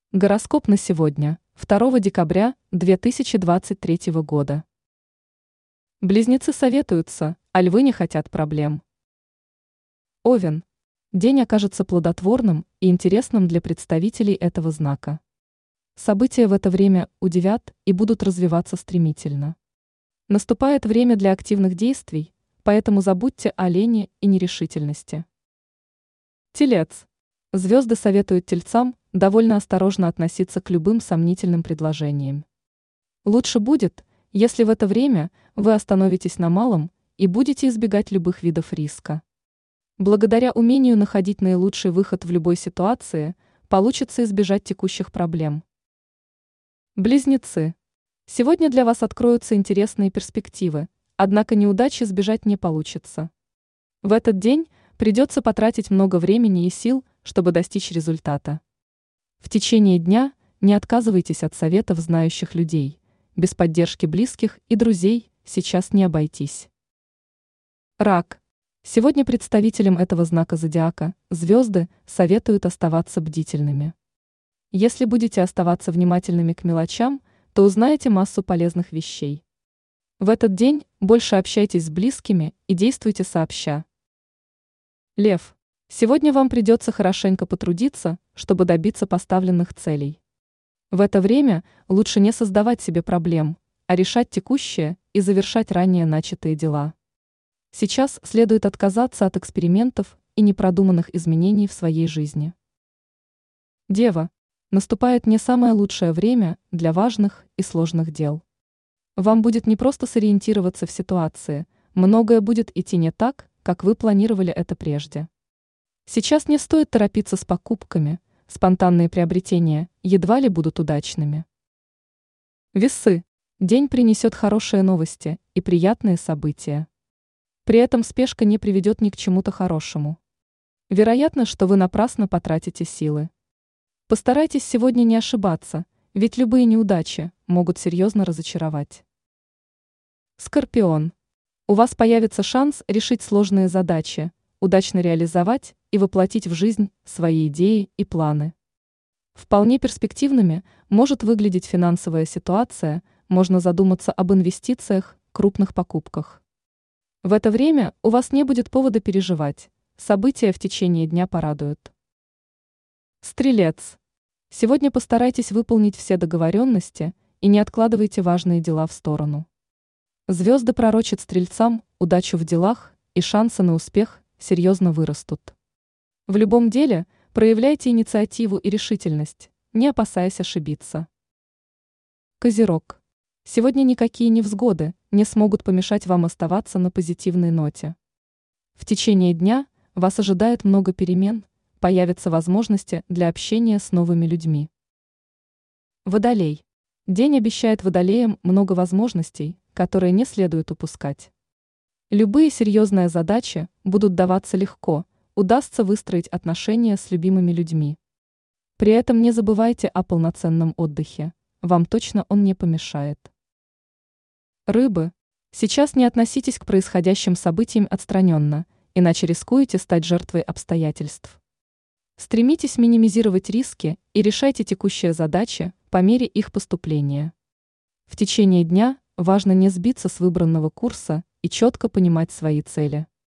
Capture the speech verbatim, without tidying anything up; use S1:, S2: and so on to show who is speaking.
S1: Гороскоп на сегодня, второго декабря две тысячи двадцать третьего года. Близнецы советуются, а львы не хотят проблем. Овен. День окажется плодотворным и интересным для представителей этого знака. События в это время удивят и будут развиваться стремительно. Наступает время для активных действий, поэтому забудьте о лени и нерешительности. Телец. Звезды советуют тельцам довольно осторожно относиться к любым сомнительным предложениям. Лучше будет, если в это время вы остановитесь на малом и будете избегать любых видов риска. Благодаря умению находить наилучший выход в любой ситуации, получится избежать текущих проблем. Близнецы. Сегодня для вас откроются интересные перспективы, однако неудачи избежать не получится. В этот день придется потратить много времени и сил, чтобы достичь результата. В течение дня не отказывайтесь от советов знающих людей. Без поддержки близких и друзей сейчас не обойтись. Рак. Сегодня представителям этого знака зодиака звезды советуют оставаться бдительными. Если будете оставаться внимательными к мелочам, то узнаете массу полезных вещей. В этот день больше общайтесь с близкими и действуйте сообща. Лев. Сегодня вам придется хорошенько потрудиться, чтобы добиться поставленных целей. В это время лучше не создавать себе проблем, а решать текущие и завершать ранее начатые дела. Сейчас следует отказаться от экспериментов и непродуманных изменений в своей жизни. Дева. Наступает не самое лучшее время для важных и сложных дел. Вам будет непросто сориентироваться в ситуации, многое будет идти не так, как вы планировали это прежде. Сейчас не стоит торопиться с покупками, спонтанные приобретения едва ли будут удачными. Весы. День принесет хорошие новости и приятные события. При этом спешка не приведет ни к чему-то хорошему. Вероятно, что вы напрасно потратите силы. Постарайтесь сегодня не ошибаться, ведь любые неудачи могут серьезно разочаровать. Скорпион. У вас появится шанс решить сложные задачи, удачно реализовать и воплотить в жизнь свои идеи и планы. Вполне перспективными может выглядеть финансовая ситуация, можно задуматься об инвестициях, крупных покупках. В это время у вас не будет повода переживать, события в течение дня порадуют. Стрелец. Сегодня постарайтесь выполнить все договоренности и не откладывайте важные дела в сторону. Звезды пророчат стрельцам удачу в делах, и шансы на успех серьезно вырастут. В любом деле проявляйте инициативу и решительность, не опасаясь ошибиться. Козерог. Сегодня никакие невзгоды не смогут помешать вам оставаться на позитивной ноте. В течение дня вас ожидает много перемен, появятся возможности для общения с новыми людьми. Водолей. День обещает водолеям много возможностей, которые не следует упускать. Любые серьезные задачи будут даваться легко, удастся выстроить отношения с любимыми людьми. При этом не забывайте о полноценном отдыхе, вам точно он не помешает. Рыбы. Сейчас не относитесь к происходящим событиям отстраненно, иначе рискуете стать жертвой обстоятельств. Стремитесь минимизировать риски и решайте текущие задачи по мере их поступления. В течение дня важно не сбиться с выбранного курса и четко понимать свои цели.